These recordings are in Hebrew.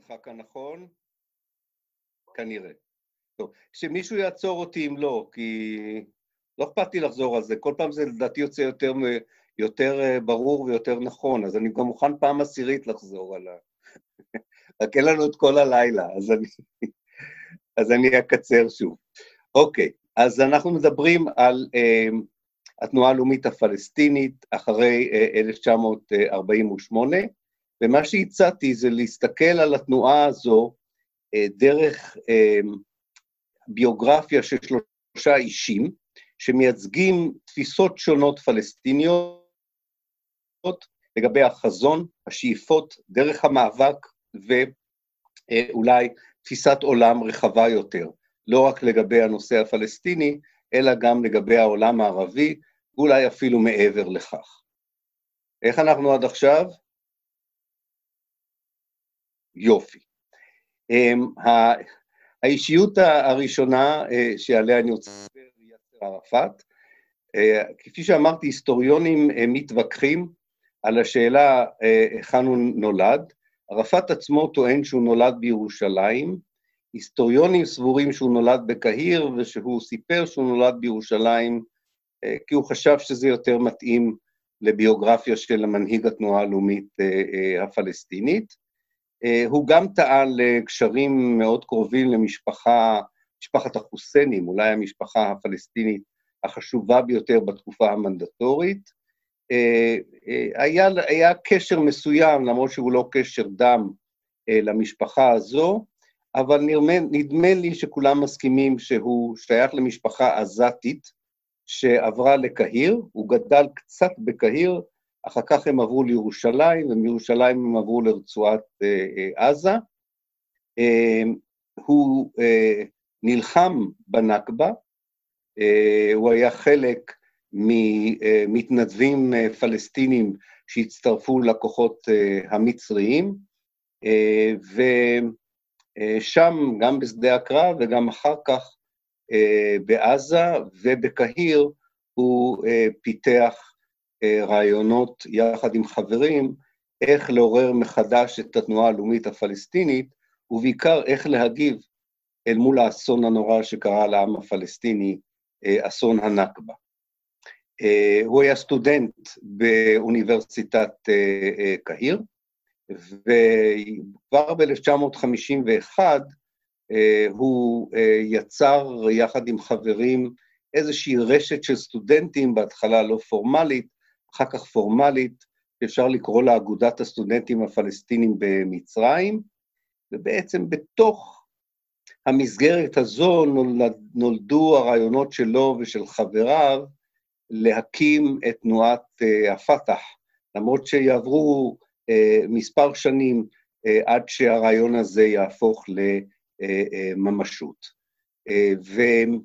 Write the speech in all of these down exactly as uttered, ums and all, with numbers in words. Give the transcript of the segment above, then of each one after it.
המרחק הנכון? כנראה. טוב, שמישהו יעצור אותי אם לא, כי לא אכפת לי לחזור על זה, כל פעם זה לדעתי יוצא יותר, יותר ברור ויותר נכון, אז אני גם מוכן פעם עשירית לחזור על ה... רק אין לנו את כל הלילה, אז אני, אז אני אקצר שוב. אוקיי, אז אנחנו מדברים על אה, התנועה הלאומית הפלסטינית אחרי אה, אלף תשע מאות ארבעים ושמונה, ומה שהצעתי זה להסתכל על התנועה הזו אה, דרך אה, ביוגרפיה של שלושה אישים, שמייצגים תפיסות שונות פלסטיניות, לגבי החזון, השאיפות, דרך המאבק, ואולי תפיסת עולם רחבה יותר, לא רק לגבי הנושא הפלסטיני, אלא גם לגבי העולם הערבי, אולי אפילו מעבר לכך. איך אנחנו עד עכשיו? יופי. האישיות הראשונה שעליה אני רוצה לדבר היא יאסר ערפאת. כפי שאמרתי, היסטוריונים מתווכחים על השאלה היכן הוא נולד. ערפאת עצמו טוען שהוא נולד בירושלים, היסטוריונים סבורים שהוא נולד בקהיר, ושהוא סיפר שהוא נולד בירושלים, כי הוא חשב שזה יותר מתאים לביוגרפיה של המנהיג התנועה הלאומית הפלסטינית. הוא גם טען לקשרים מאוד קרובים למשפחה, משפחת החוסיינים, אולי המשפחה הפלסטינית החשובה ביותר בתקופה המנדטורית. היה, היה קשר מסוים, למרות שהוא לא קשר דם למשפחה הזו, אבל נדמה, נדמה לי שכולם מסכימים שהוא שייך למשפחה עזתית שעברה לקהיר, הוא גדל קצת בקהיר, אחר כך הם עברו לירושלים, ומירושלים הם עברו לרצועת עזה. הוא נלחם בנכבה, הוא היה חלק ממתנדבים פלסטינים שהצטרפו לכוחות המצריים, ושם גם בשדה הקרב וגם אחר כך בעזה ובקהיר הוא פיתח רעיונות יחד עם חברים, איך לעורר מחדש את התנועה הלאומית הפלסטינית, ובעיקר איך להגיב אל מול האסון הנורא שקרה לעם הפלסטיני, אסון הנכבה. הוא היה סטודנט באוניברסיטת קהיר, וכבר ב-אלף תשע מאות חמישים ואחת הוא יצר יחד עם חברים איזושהי רשת של סטודנטים, בהתחלה לא פורמלית, אחר כך פורמלית, אפשר לקרוא לה אגודת הסטודנטים הפלסטינים במצרים, ובעצם בתוך המסגרת הזו נולד, נולדו הרעיונות שלו ושל חבריו להקים את תנועת uh, הפתח, למרות שיעברו uh, מספר שנים uh, עד שהרעיון הזה יהפוך לממשות. Uh,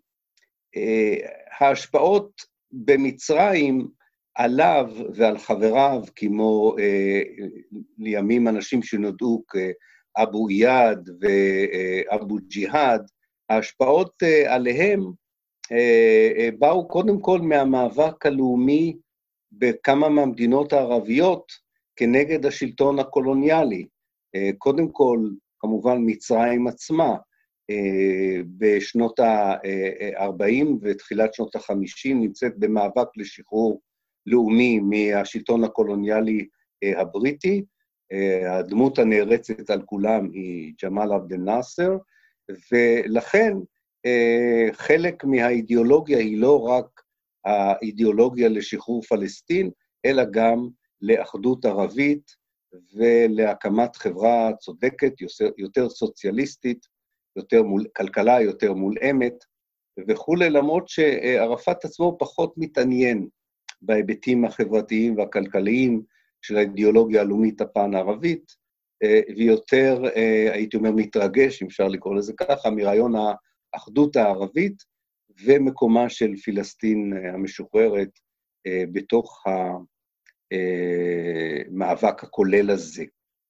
וההשפעות uh, במצרים עליו ועל חבריו, כמו אה, לימים אנשים שנודעו כאבו איאד ואבו ג'יהאד, ההשפעות אה, עליהם אה, אה, באו קודם כל מהמאבק הלאומי בכמה מהמדינות הערביות כנגד השלטון הקולוניאלי. אה, קודם כל, כמובן מצרים עצמה, אה, בשנות ה-ארבעים ותחילת שנות ה-חמישים נמצאת במאבק לשחרור לאומי מהשלטון הקולוניאלי הבריטי, הדמות הנערצת על כולם היא ג'מאל עבד אל-נאצר, ולכן חלק מהאידיאולוגיה היא לא רק האידיאולוגיה לשחרור פלסטין, אלא גם לאחדות ערבית ולהקמת חברה צודקת, יותר סוציאליסטית, יותר מול, כלכלה יותר מולאמת, וכו', למרות שערפאת עצמו פחות מתעניין בהיבטים החברתיים והכלכליים של האידיאולוגיה הלאומית הפן-ערבית, ויותר, הייתי אומר, מתרגש, אם אפשר לקרוא לזה ככה, מרעיון האחדות הערבית, ומקומה של פלסטין המשוחררת בתוך המאבק הכולל הזה.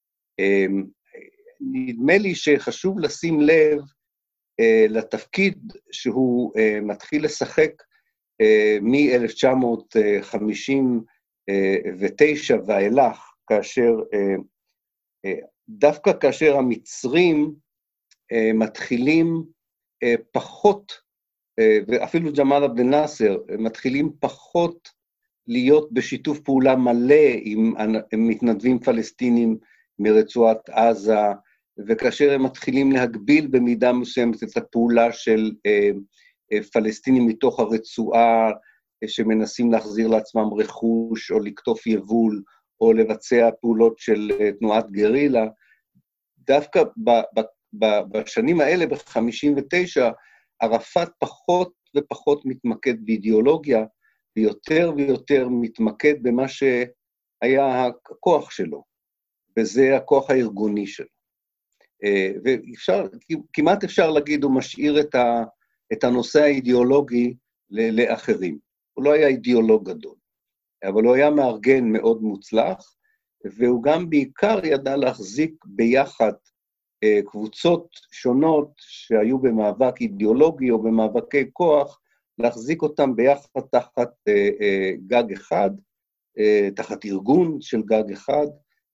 נדמה לי שחשוב לשים לב לתפקיד שהוא מתחיל לשחק מ-אלף תשע מאות חמישים ותשע ואילך, כאשר דווקא כאשר המצרים אה, מתחילים אה, פחות, אה, ואפילו ג'מאל עבד אל-נאצר, מתחילים פחות להיות בשיתוף פעולה מלא עם, עם מתנדבים פלסטינים מרצועת עזה, וכאשר הם מתחילים להגביל במידה מסוימת את הפעולה של אה, אה, פלסטינים מתוך הרצועה, אה, שמנסים להחזיר לעצמם רכוש, או לקטוף יבול, או לבצע פעולות של אה, תנועת גרילה, דווקא ב, ב, ב, בשנים האלה, ב-חמישים ותשע, ערפאת פחות ופחות מתמקד באידיאולוגיה, ויותר ויותר מתמקד במה שהיה הכוח שלו, וזה הכוח הארגוני שלו. ואפשר, כמעט אפשר להגיד, הוא משאיר את, ה, את הנושא האידיאולוגי לאחרים. הוא לא היה אידיאולוג גדול, אבל הוא היה מארגן מאוד מוצלח, והוא גם בעיקר ידע להחזיק ביחד קבוצות שונות שהיו במאבק אידיאולוגי או במאבקי כוח, להחזיק אותם ביחד תחת גג אחד, תחת ארגון של גג אחד,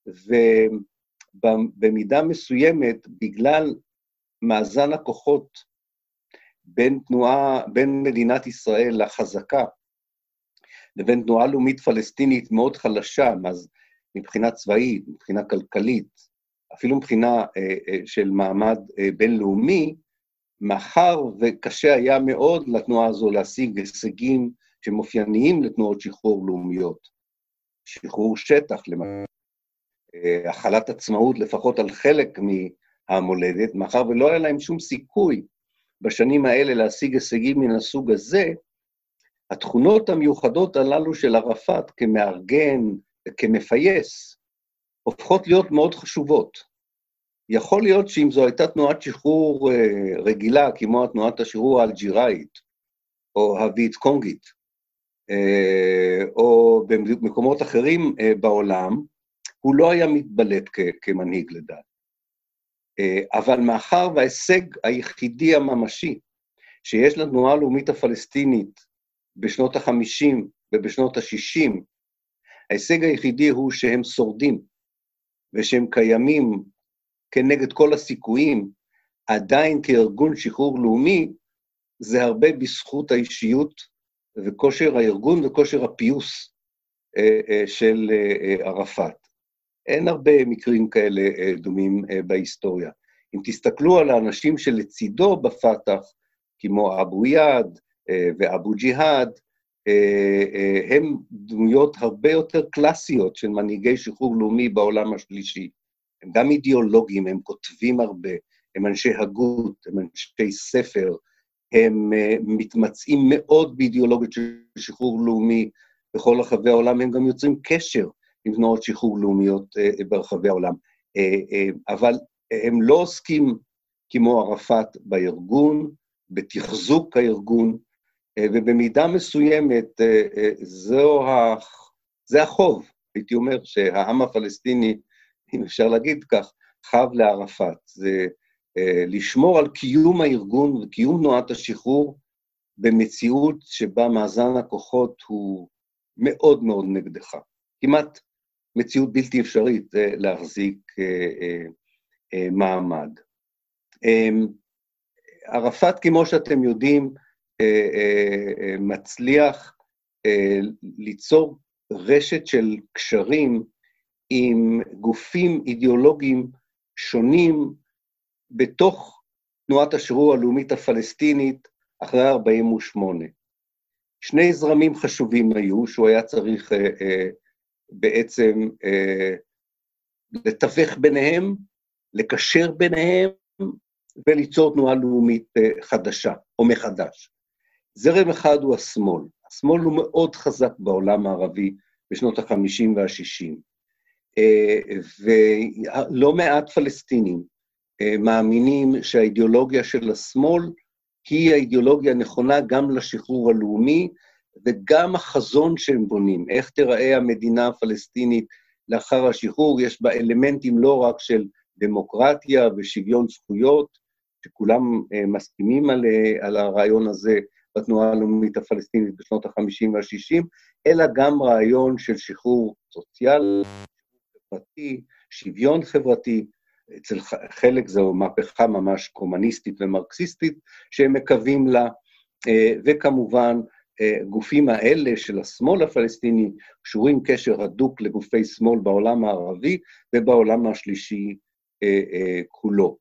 ובמידה מסוימת, בגלל מאזן הכוחות בין תנועה, בין מדינת ישראל לחזקה, לבין תנועה לאומית פלסטינית מאוד חלשה, מבחינה צבאית, מבחינה כלכלית, אפילו מבחינה של מעמד בינלאומי, מאחר וקשה היה מאוד לתנועה הזו להשיג הישגים שמאופייניים לתנועות שחרור לאומיות, שחרור שטח, למשל, החלת עצמאות לפחות על חלק מהמולדת, מאחר ולא היה להם שום סיכוי בשנים האלה להשיג הישגים מן הסוג הזה, התכונות המיוחדות הללו של ערפאת כמארגן וכמפייס, הופכות להיות מאוד חשובות. יכול להיות שאם זו הייתה תנועת שחרור אה, רגילה, כמו תנועת השחרור האלג'יראית, או הווייטקונגית, אה, או במקומות אחרים אה, בעולם, הוא לא היה מתבלט כ- כמנהיג לדעת. אה, אבל מאחר וההישג היחידי הממשי, שיש לתנועה הלאומית הפלסטינית בשנות ה-חמישים ובשנות ה-שישים, ההישג היחידי הוא שהם שורדים, ושהם קיימים כנגד כל הסיכויים, עדיין כארגון שחרור לאומי, זה הרבה בזכות האישיות וכושר הארגון וכושר הפיוס של ערפאת. אין הרבה מקרים כאלה דומים בהיסטוריה. אם תסתכלו על האנשים שלצידו בפתח, כמו אבו יעד ואבו ג'יהאד, הם דמויות הרבה יותר קלאסיות של מנהיגי שחרור לאומי בעולם השלישי. הם גם אידיאולוגים, הם כותבים הרבה, הם אנשי הגות, הם אנשי ספר, הם מתמצאים מאוד באידיאולוגיות של שחרור לאומי בכל רחבי העולם, הם גם יוצרים קשר עם תנועות שחרור לאומיות ברחבי העולם. אבל הם לא עוסקים כמו ערפאת בארגון, בתחזוק הארגון, ובמידה מסוימת זו ה... זה החוב, הייתי אומר שהעם הפלסטיני, אם אפשר להגיד כך, חב לערפאת. זה לשמור על קיום הארגון וקיום תנועת השחרור במציאות שבה מאזן הכוחות הוא מאוד מאוד נגדך. כמעט מציאות בלתי אפשרית להחזיק מעמד. ערפאת, כמו שאתם יודעים, מצליח ליצור רשת של קשרים עם גופים אידיאולוגיים שונים בתוך תנועת השחרור הלאומית הפלסטינית אחרי ארבעים ושמונה. שני זרמים חשובים היו שהוא היה צריך אה, אה, בעצם אה, לתווך ביניהם, לקשר ביניהם וליצור תנועה לאומית אה, חדשה או מחדש. זרם אחד הוא השמאל. השמאל הוא מאוד חזק בעולם הערבי בשנות ה-חמישים וה-שישים. ולא מעט פלסטינים מאמינים שהאידיאולוגיה של השמאל היא האידיאולוגיה הנכונה גם לשחרור הלאומי, וגם החזון שהם בונים, איך תראה המדינה הפלסטינית לאחר השחרור, יש בה אלמנטים לא רק של דמוקרטיה ושוויון זכויות, שכולם מסכימים על, על הרעיון הזה בתנועה הלאומית הפלסטינית בשנות ה-חמישים וה-שישים, אלא גם רעיון של שחרור סוציאלי, חברתי, שוויון חברתי, אצל חלק זו מהפכה ממש קומוניסטית ומרקסיסטית שהם מקווים לה, וכמובן גופים האלה של השמאל הפלסטיני קשורים קשר הדוק לגופי שמאל בעולם הערבי ובעולם השלישי כולו.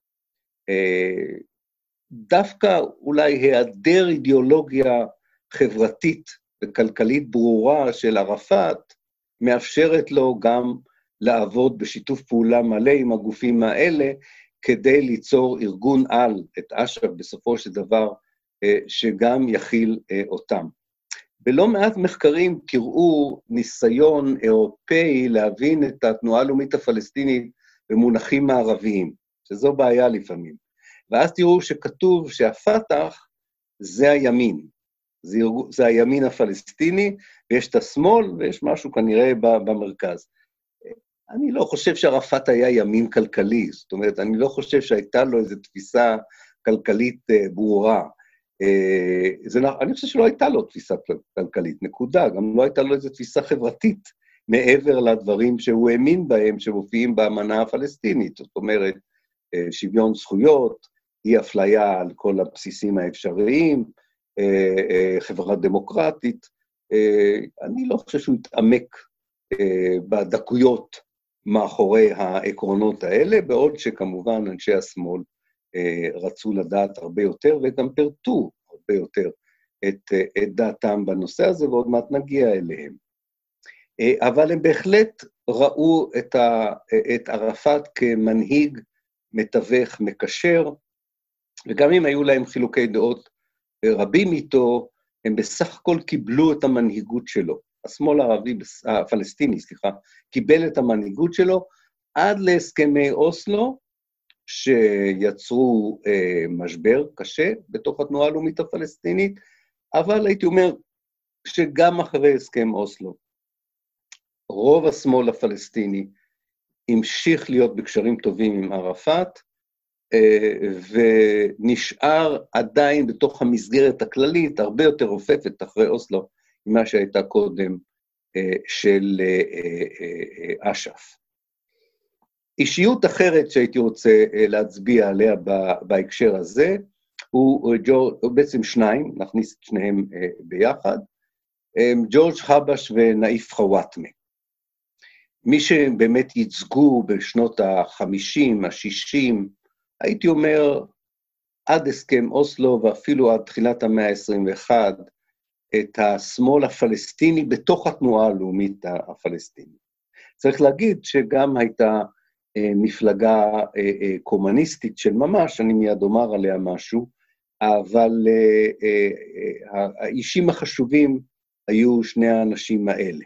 דווקא אולי היעדר אידיאולוגיה חברתית וכלכלית ברורה של ערפאת מאפשרת לו גם לעבוד בשיתוף פעולה מלא עם הגופים האלה, כדי ליצור ארגון על, את אש"ף בסופו של דבר, שגם יכיל אותם. בלא מעט מחקרים תראו ניסיון אירופאי להבין את התנועה הלאומית הפלסטינית במונחים מערביים, שזו בעיה לפעמים. ואז תראו שכתוב שהפתח זה הימין, זה, זה הימין הפלסטיני, ויש את השמאל ויש משהו כנראה במרכז. אני לא חושב שערפאת היה ימין כלכלי, זאת אומרת, אני לא חושב שהייתה לו איזו תפיסה כלכלית ברורה. זה, אני חושב שלא הייתה לו תפיסה כלכלית, נקודה, גם לא הייתה לו איזו תפיסה חברתית, מעבר לדברים שהוא האמין בהם, שמופיעים באמנה הפלסטינית, זאת אומרת, שוויון זכויות, אי אפליה על כל הבסיסים האפשריים, חברה דמוקרטית. אני לא חושב שהוא יתעמק בדקויות מאחורי העקרונות האלה, בעוד שכמובן אנשי השמאל רצו לדעת הרבה יותר, וגם פרטו הרבה יותר את, את דעתם בנושא הזה, ועוד מעט נגיע אליהם. אבל הם בהחלט ראו את, ה, את ערפאת כמנהיג מתווך מקשר, וגם אם היו להם חילוקי דעות רבים איתו, הם בסך הכל קיבלו את המנהיגות שלו. השמאל הערבי, הפלסטיני, סליחה, קיבל את המנהיגות שלו עד להסכמי אוסלו, שיצרו אה, משבר קשה בתוך התנועה הלאומית הפלסטינית, אבל הייתי אומר שגם אחרי הסכם אוסלו, רוב השמאל הפלסטיני המשיך להיות בקשרים טובים עם ערפאת, אה, ונשאר עדיין בתוך המסגרת הכללית, הרבה יותר רופפת אחרי אוסלו, ממה שהייתה קודם אה, של אה, אה, אה, אש"ף. אישיות אחרת שהייתי רוצה להצביע עליה בהקשר הזה, הוא, הוא בעצם שניים, נכניס את שניהם ביחד, ג'ורג' חבש ונאיף חוואטמה. מי שבאמת ייצגו בשנות ה-חמישים, ה-שישים, הייתי אומר, עד הסכם אוסלו ואפילו עד תחילת המאה ה-עשרים ואחת, את השמאל הפלסטיני בתוך התנועה הלאומית הפלסטינית. צריך להגיד שגם הייתה מפלגה קומוניסטית של ממש, אני מיד אומר עליה משהו, אבל האישים החשובים היו שני האנשים האלה.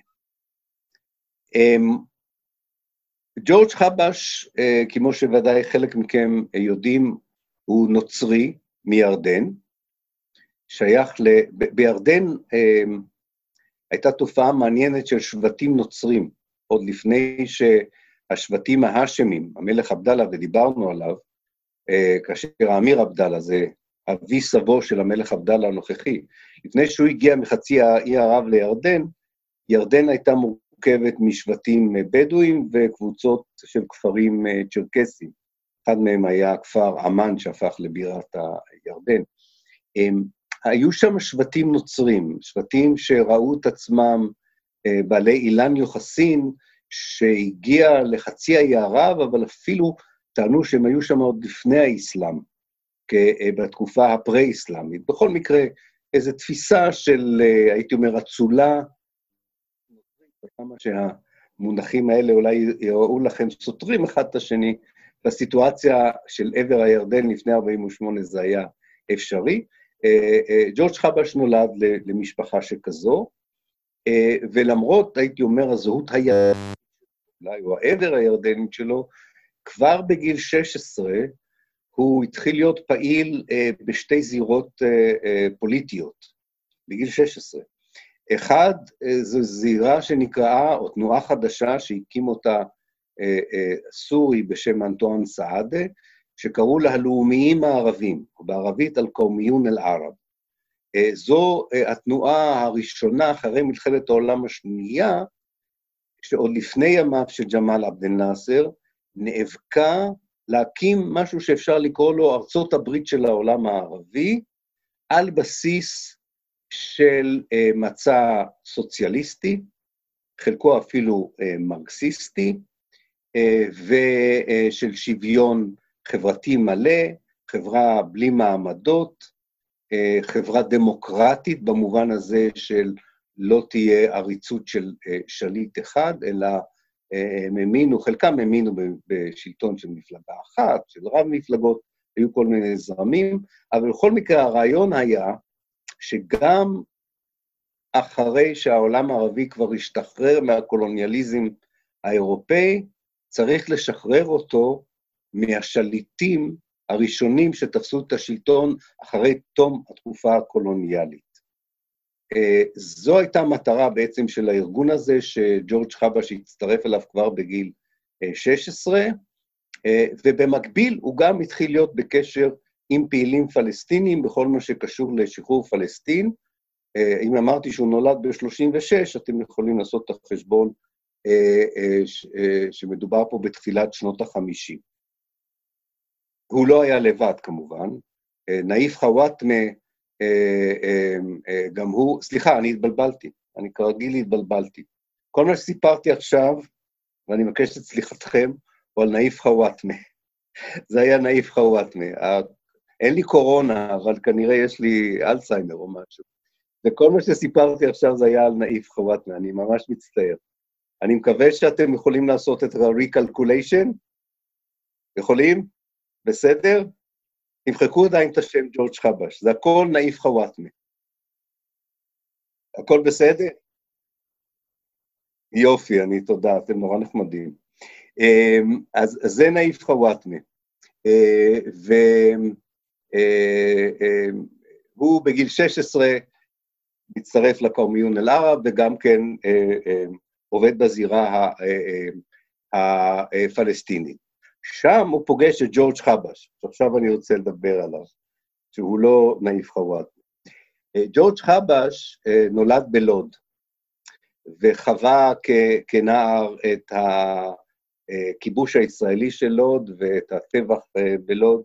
ג'ורג' חבש, כמו שוודאי חלק מכם יודעים, הוא נוצרי מירדן, שייך ל... בירדן הייתה תופעה מעניינת של שבטים נוצרים, עוד לפני ש... השבטים ההשמים, המלך עבדאללה, ודיברנו עליו, כאשר האמיר עבדאללה, זה אבי סבו של המלך עבדאללה הנוכחי, לפני שהוא הגיע מחצי האי ערב לירדן, ירדן הייתה מורכבת משבטים בדואים וקבוצות של כפרים צ'רקסים. אחד מהם היה כפר עמן שהפך לבירת הירדן. היו שם שבטים נוצרים, שבטים שראו את עצמם בעלי אילן יוחסין, שהגיע לחצי האי ערב, אבל אפילו טענו שהם היו שם עוד לפני האסלאם, בתקופה הפרה-אסלאמית. בכל מקרה, איזו תפיסה של, הייתי אומר, אצולה, כמה שהמונחים האלה אולי יראו לכם סותרים אחד את השני, בסיטואציה של עבר הירדן לפני ארבעים ושמונה זה היה אפשרי. ג'ורג' חבש נולד למשפחה שכזו, ולמרות, הייתי אומר, הזהות הירדנית, אולי, או העבר הירדנית שלו, כבר בגיל שש עשרה, הוא התחיל להיות פעיל בשתי זירות פוליטיות, בגיל שש עשרה. אחד, זו זירה שנקראה, או תנועה חדשה, שהקים אותה סורי בשם אנטואן סעדה, שקראו לה הלאומיים הערבים, או בערבית אל-קומיון אל-ערב. זו התנועה הראשונה אחרי מלחמת העולם השנייה, שעוד לפני ימיו של ג'מאל עבד אל-נאצר, נאבקה להקים משהו שאפשר לקרוא לו ארצות הברית של העולם הערבי, על בסיס של אה, מצע סוציאליסטי, חלקו אפילו אה, מרקסיסטי, אה, ושל שוויון חברתי מלא, חברה בלי מעמדות, אה, חברה דמוקרטית במובן הזה של לא תהיה עריצות של אה, שליט אחד, אלא הם האמינו, חלקם האמינו בשלטון של מפלגה אחת, של רב מפלגות, היו כל מיני זרמים, אבל בכל מקרה הרעיון היה שגם אחרי שהעולם הערבי כבר השתחרר מהקולוניאליזם האירופאי, צריך לשחרר אותו מהשליטים הראשונים שתפסו את השלטון אחרי תום התקופה הקולוניאלית. זו הייתה מטרה בעצם של הארגון הזה, שג'ורג' חבש הצטרף אליו כבר בגיל שש עשרה, ובמקביל הוא גם התחיל להיות בקשר עם פעילים פלסטינים, בכל מה שקשור לשחרור פלסטין. אם אמרתי שהוא נולד ב-שלושים ושש, אתם יכולים לעשות את החשבון שמדובר פה בתחילת שנות ה-חמישים. הוא לא היה לבד כמובן, נאיף חוואטמה, גם הוא, סליחה, אני התבלבלתי, אני כרגיל התבלבלתי. כל מה שסיפרתי עכשיו, ואני מבקש את סליחתכם, הוא על נאיף חוואטמה. זה היה נאיף חוואטמה. אין לי קורונה, אבל כנראה יש לי אלצהיימר או משהו. וכל מה שסיפרתי עכשיו זה היה על נאיף חוואטמה, אני ממש מצטער. אני מקווה שאתם יכולים לעשות את ה-recalculation. יכולים? בסדר? תמחקו עדיין את השם ג'ורג' חבש, זה הכל נאיף חוואטמה. הכל בסדר? יופי, אני תודה, אתם נורא נחמדים. אז זה נאיף חוואטמה. והוא בגיל שש עשרה מצטרף לקומיון אל-ערב, וגם כן עובד בזירה הפלסטינית. שם הוא פוגש את ג'ורג' חבש, שעכשיו אני רוצה לדבר עליו, שהוא לא נאיף חוואטמה. ג'ורג' חבש נולד בלוד, וחווה כנער את הכיבוש הישראלי של לוד, ואת הטבח בלוד,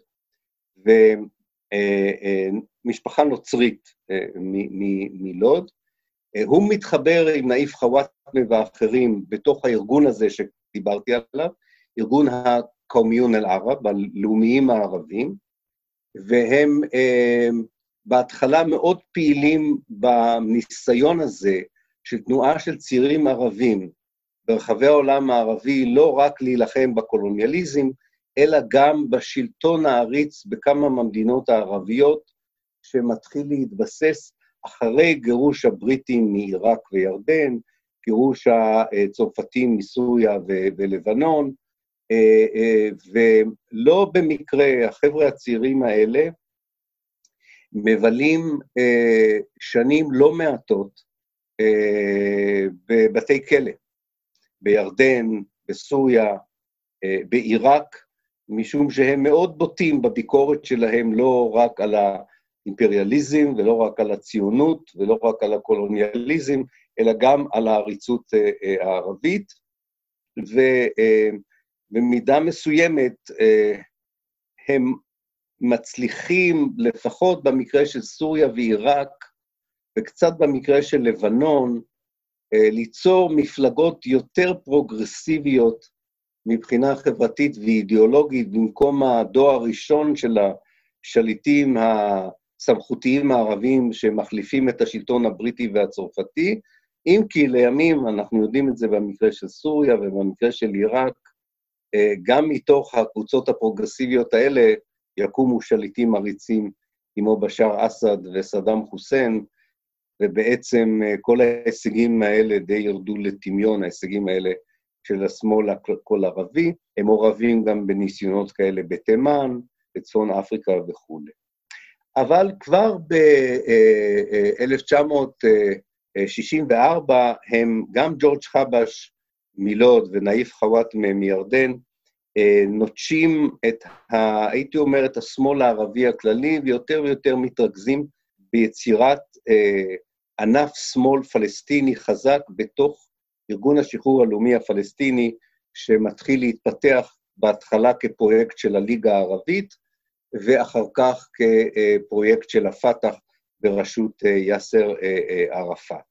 ומשפחה נוצרית מלוד. הוא מתחבר עם נאיף חוואטמה ואחרים בתוך הארגון הזה שדיברתי עליו, ארגון הקומיון אל-ערב, הלאומיים הערבים, והם אה, בהתחלה מאוד פעילים בניסיון הזה של תנועה של צעירים ערבים ברחבי העולם הערבי, לא רק להילחם בקולוניאליזם, אלא גם בשלטון העריץ בכמה מהמדינות הערביות, שמתחיל להתבסס אחרי גירוש הבריטים מעיראק וירדן, גירוש הצרפתים מסוריה ולבנון, ולא במקרה החבר'ה הצעירים האלה מבלים שנים לא מעטות בבתי כלא, בירדן, בסוריה, בעיראק, משום שהם מאוד בוטים בביקורת שלהם לא רק על האימפריאליזם ולא רק על הציונות ולא רק על הקולוניאליזם, אלא גם על העריצות הערבית, ובמידה מסוימת הם מצליחים, לפחות במקרה של סוריה ועיראק, וקצת במקרה של לבנון, ליצור מפלגות יותר פרוגרסיביות מבחינה חברתית ואידיאולוגית, במקום הדור הראשון של השליטים הסמכותיים הערבים שמחליפים את השלטון הבריטי והצרפתי, אם כי לימים, אנחנו יודעים את זה במקרה של סוריה ובמקרה של עיראק, גם מתוך הקבוצות הפרוגרסיביות האלה יקומו שליטים עריצים כמו בשאר אסד וסדאם חוסיין, ובעצם כל ההישגים האלה די ירדו לטמיון, ההישגים האלה של השמאל הכל ערבי, הם מעורבים גם בניסיונות כאלה בתימן, בצפון אפריקה וכו'. אבל כבר ב-אלף תשע מאות שישים וארבע הם, גם ג'ורג' חבש מלוד ונאיף חוואטמה מירדן, נוטשים את, ה, הייתי אומר, את השמאל הערבי הכללי, ויותר ויותר מתרכזים ביצירת אה, ענף שמאל פלסטיני חזק בתוך ארגון השחרור הלאומי הפלסטיני, שמתחיל להתפתח בהתחלה כפרויקט של הליגה הערבית, ואחר כך כפרויקט של הפתח בראשות יאסר ערפאת.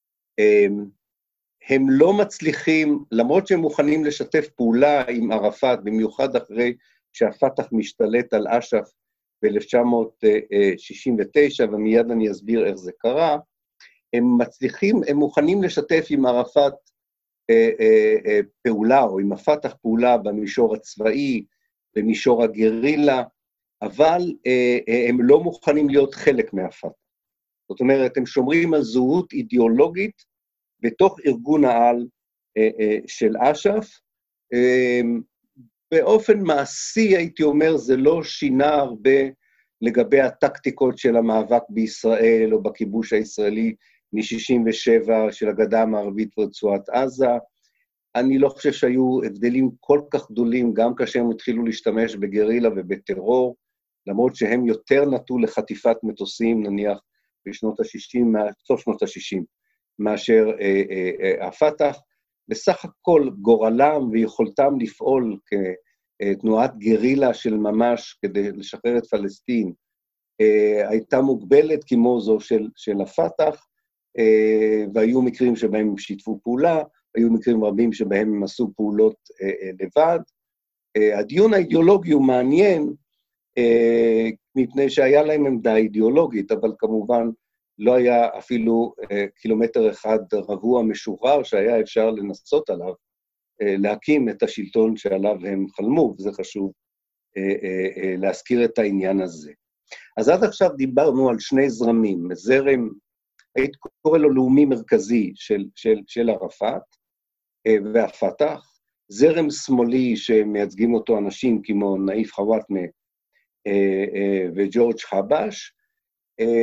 הם לא מצליחים, למרות שהם מוכנים לשתף פעולה עם ערפאת, במיוחד אחרי שהפתח משתלט על אש"ף ב-אלף תשע מאות שישים ותשע, ומיד אני אסביר איך זה קרה, הם מצליחים, הם מוכנים לשתף עם ערפאת אה, אה, אה, פעולה, או עם הפתח פעולה במישור הצבאי, במישור הגרילה, אבל אה, אה, הם לא מוכנים להיות חלק מהפתח. זאת אומרת, הם שומרים על זהות אידיאולוגית בתוך ארגון העל אה, אה, של אש"ף. אה, באופן מעשי, הייתי אומר, זה לא שינה הרבה לגבי הטקטיקות של המאבק בישראל, או בכיבוש הישראלי מ-שישים ושבע של הגדה המערבית ורצועת עזה. אני לא חושב שהיו הבדלים כל כך גדולים, גם כאשר הם התחילו להשתמש בגרילה ובטרור, למרות שהם יותר נטו לחטיפת מטוסים, נניח בשנות ה-שישים, סוף שנות ה-שישים, מאשר אה, אה, אה, הפתח. בסך הכל גורלם ויכולתם לפעול כתנועת גרילה של ממש כדי לשחרר את פלסטין, אה, הייתה מוגבלת כמו זו של, של הפתח, אה, והיו מקרים שבהם הם שיתפו פעולה, היו מקרים רבים שבהם הם עשו פעולות אה, אה, לבד. אה, הדיון האידיאולוגי הוא מעניין, אה, מפני שהיה להם עמדה אידיאולוגית, אבל כמובן לא היה אפילו אה, קילומטר אחד רבוע משוחרר שהיה אפשר לנסות עליו, אה, להקים את השלטון שעליו הם חלמו, וזה חשוב אה, אה, אה, להזכיר את העניין הזה. אז עד עכשיו דיברנו על שני זרמים, זרם, היית קורא לו לאומי מרכזי של, של, של ערפאת אה, והפתח, זרם שמאלי שמייצגים אותו אנשים כמו נאיף חוואטמה אה, אה, וג'ורג' חבש, אה,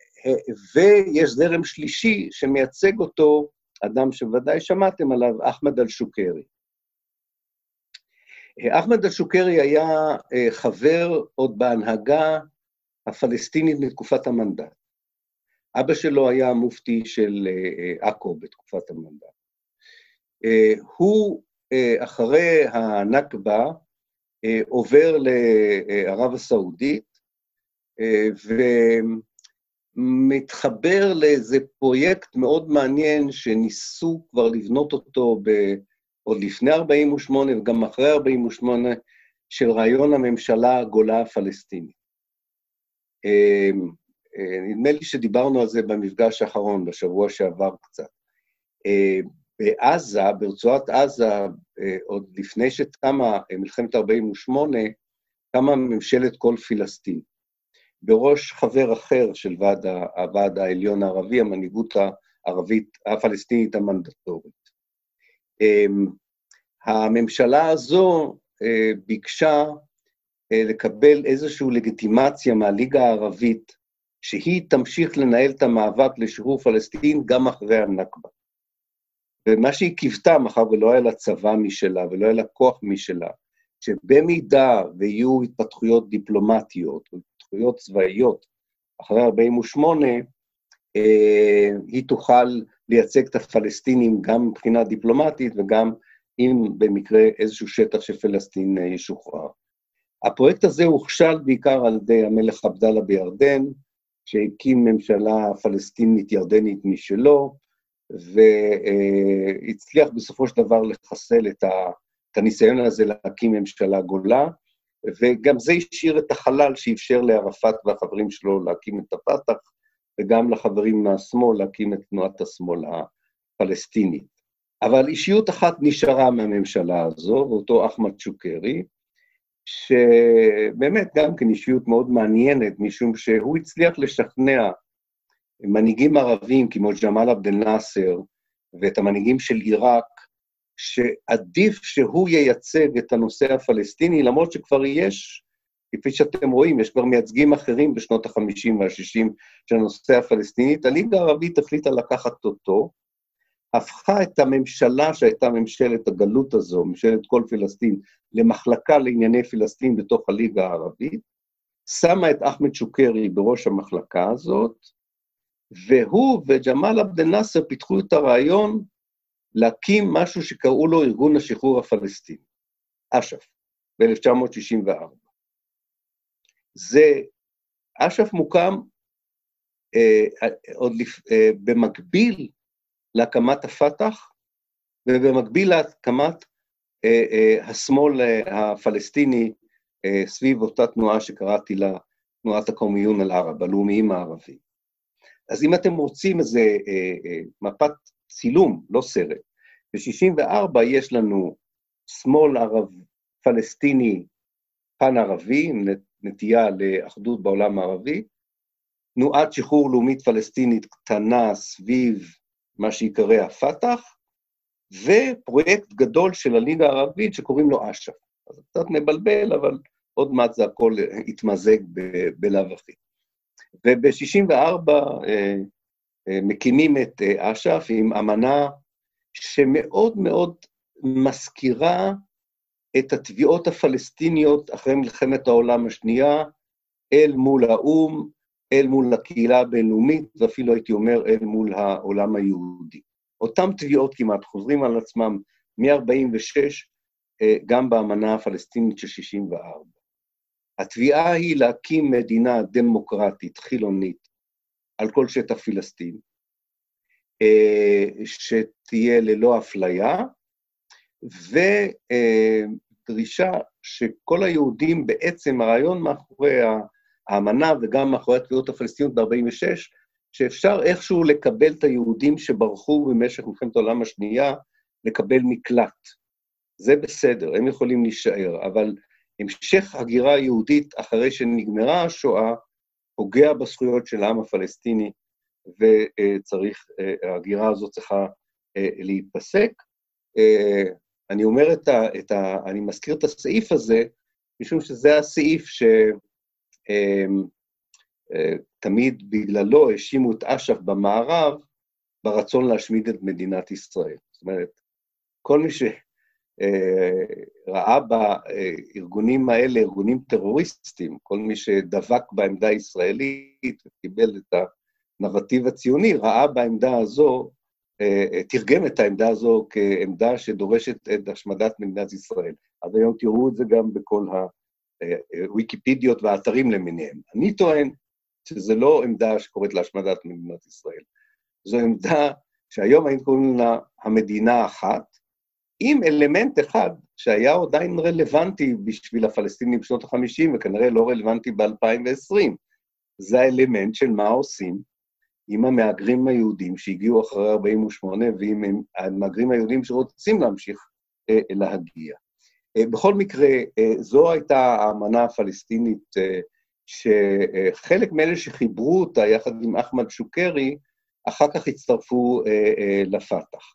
ויש זרם שלישי שמייצג אותו, אדם שוודאי שמעתם עליו, אחמד אל-שוקרי. אחמד אל-שוקרי היה חבר עוד בהנהגה הפלסטינית בתקופת המנדט. אבא שלו היה מופתי של עכו בתקופת המנדט. הוא, אחרי הנכבה, עובר לערב הסעודית, ו... מתחבר לאיזה פרויקט מאוד מעניין שניסו כבר לבנות אותו ב... עוד לפני ארבעים ושמונה וגם אחרי ארבעים ושמונה, של רעיון הממשלה הגולה הפלסטינית. נדמה לי שדיברנו על זה במפגש האחרון, בשבוע שעבר קצת. בעזה, ברצועת עזה, עוד לפני שקמה מלחמת ארבעים ושמונה, קמה ממשלת כל פלסטין. בראש חבר אחר של ועד, הוועד העליון הערבי, המנהיגות הערבית, הפלסטינית המנדטורית. הממשלה הזו ביקשה לקבל איזושהי לגיטימציה מהליגה הערבית, שהיא תמשיך לנהל את המאבק לשחרור פלסטין גם אחרי הנכבה. ומה שהיא קיוותה, מאחר ולא היה לה צבא משלה ולא היה לה כוח משלה, שבמידה ויהיו התפתחויות דיפלומטיות, התפתחויות צבאיות, אחרי ארבעים ושמונה, אה, היא תוכל לייצג את הפלסטינים גם מבחינה דיפלומטית, וגם אם במקרה איזשהו שטח שפלסטין ישוחרר. הפרויקט הזה הוכשל בעיקר על ידי המלך עבדאללה בירדן, שהקים ממשלה פלסטינית ירדנית משלו, והצליח בסופו של דבר לחסל את, ה, את הניסיון הזה להקים ממשלה גולה, וגם זה השאיר את החלל שאפשר לערפאת והחברים שלו להקים את הפתח, וגם לחברים מהשמאל להקים את תנועת השמאל הפלסטינית. אבל אישיות אחת נשארה מהממשלה הזו, ואותו אחמד שוקרי, שבאמת גם כן אישיות מאוד מעניינת, משום שהוא הצליח לשכנע מנהיגים ערבים כמו ג'מאל עבד אל-נאצר, ואת המנהיגים של עיראק, שעדיף שהוא ייצג את הנושא הפלסטיני, למרות שכבר יש, כפי שאתם רואים, יש כבר מייצגים אחרים בשנות ה-חמישים וה-שישים של הנושא הפלסטיני, הליגה הערבית החליטה לקחת אותו, הפכה את הממשלה שהייתה ממשלת הגלות הזו, ממשלת כל פלסטין, למחלקה לענייני פלסטין בתוך הליגה הערבית, שמה את אחמד שוקרי בראש המחלקה הזאת, והוא וג'מאל עבד אל-נאצר פיתחו את הרעיון להקים משהו שקראו לו ארגון השחרור הפלסטיני, אש"ף. ב-אלף תשע מאות שישים וארבע. זה, אש"ף מוקם אה, עוד לפ... אה, במקביל להקמת הפתח, ובמקביל להקמת אה, אה, השמאל אה, הפלסטיני, אה, סביב אותה תנועה שקראתי לה, תנועת הקומיון אל-ערב, הלאומיים הערבים. אז אם אתם רוצים איזה אה, אה, מפת צילום, לא סרט, ב-שישים וארבע יש לנו שמאל ערב פלסטיני פן-ערבי, עם נטייה לאחדות בעולם הערבי, תנועת שחרור לאומית פלסטינית קטנה סביב מה שיקרא הפתח, ופרויקט גדול של הליגה הערבית שקוראים לו אש"ף. אז זה קצת מבלבל, אבל עוד מעט זה הכל התמזג בלאו הכי. וב-שישים וארבע אה, אה, מקימים את אה, אש"ף עם אמנה שמאוד מאוד מזכירה את התביעות הפלסטיניות אחרי מלחמת העולם השנייה, אל מול האום, אל מול הקהילה הבינלאומית, ואפילו הייתי אומר אל מול העולם היהודי. אותם תביעות כמעט חוזרים על עצמם מ-ארבעים ושש, גם באמנה הפלסטינית של שישים וארבע. התביעה היא להקים מדינה דמוקרטית, חילונית, על כל שטח פלסטין, שתהיה ללא אפליה, ודרישה שכל היהודים בעצם, הרעיון מאחורי האמנה וגם מאחורי התביעות הפלסטיניות ב-ארבעים ושש, שאפשר איכשהו לקבל את היהודים שברחו במשך מלחמת העולם השנייה, לקבל מקלט. זה בסדר, הם יכולים להישאר, אבל המשך הגירה יהודית אחרי שנגמרה השואה, פוגע בזכויות של העם הפלסטיני, וצריך, הגירה הזאת צריכה להיפסק. אני אומר את ה, את ה, אני מזכיר את הסעיף הזה, משום שזה הסעיף שתמיד בגללו האשימו את אש"ף במערב, ברצון להשמיד את מדינת ישראל. זאת אומרת, כל מי שראה בארגונים האלה, ארגונים טרוריסטים, כל מי שדבק בעמדה הישראלית, וקיבל את הנרטיב הציוני, ראה בעמדה הזו, תרגם את העמדה הזו כעמדה שדורשת את השמדת מדינת ישראל. אז היום תראו את זה גם בכל הוויקיפדיות והאתרים למיניהם. אני טוען שזה לא עמדה שקוראת להשמדת מדינת ישראל. זו עמדה שהיום היינו קוראים לה המדינה האחת, עם אלמנט אחד שהיה עדיין רלוונטי בשביל הפלסטינים בשנות ה-חמישים, וכנראה לא רלוונטי ב-אלפיים ועשרים. זה האלמנט של מה עושים עם המהגרים היהודים שהגיעו אחרי ארבעים ושמונה, ועם המהגרים היהודים שרוצים להמשיך אה, להגיע. אה, בכל מקרה, אה, זו הייתה האמנה הפלסטינית, אה, שחלק מאלה שחיברו אותה יחד עם אחמד שוקרי, אחר כך הצטרפו אה, אה, לפתח.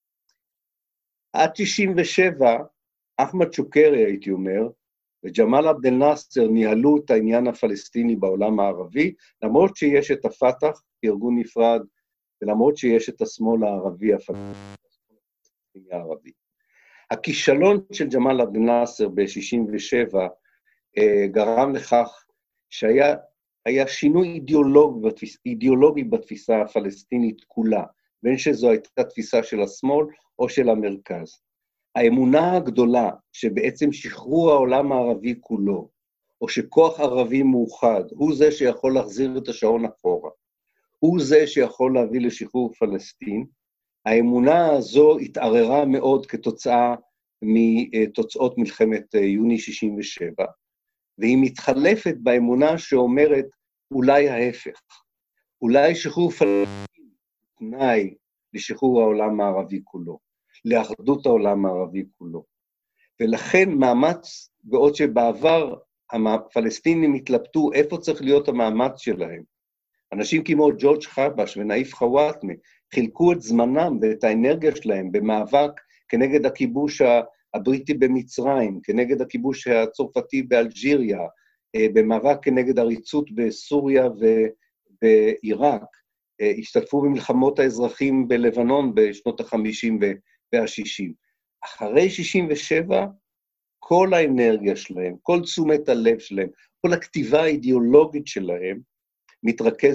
עד שישים ושבע, אחמד שוקרי, הייתי אומר, וג'מאל עבד אל-נאצר ניהלו את העניין הפלסטיני בעולם הערבי, למרות שיש את הפתח כארגון נפרד, ולמרות שיש את השמאל הערבי הפלסטיני הערבי. הכישלון של ג'מאל עבד אל-נאצר ב-שישים ושבע אה, גרם לכך שהיה היה שינוי אידיאולוג, אידיאולוגי בתפיסה הפלסטינית כולה, בין שזו הייתה תפיסה של השמאל או של המרכז. האמונה הגדולה שבעצם שחרור העולם הערבי כולו, או שכוח ערבי מאוחד, הוא זה שיכול להחזיר את השעון אחורה, הוא זה שיכול להביא לשחרור פלסטין, האמונה הזו התערערה מאוד כתוצאה מתוצאות מלחמת יוני שישים ושבע, והיא מתחלפת באמונה שאומרת אולי ההפך, אולי שחרור פלסטין תנאי לשחרור העולם הערבי כולו, לאחדות העולם הערבי כולו. ולכן מאמץ, בעוד שבעבר הפלסטינים התלבטו איפה צריך להיות המאמץ שלהם. אנשים כמו ג'ורג' חבש ונאיף חוואטמה חילקו את זמנם ואת האנרגיה שלהם במאבק כנגד הכיבוש הבריטי במצרים, כנגד הכיבוש הצרפתי באלג'יריה, במאבק כנגד עריצות בסוריה ובעיראק, השתתפו במלחמות האזרחים בלבנון בשנות ה-חמישים וה-שישים. אחרי שישים ושבע, כל האנרגיה שלהם, כל תשומת הלב שלהם, כל הכתיבה האידיאולוגית שלהם, מתרכזת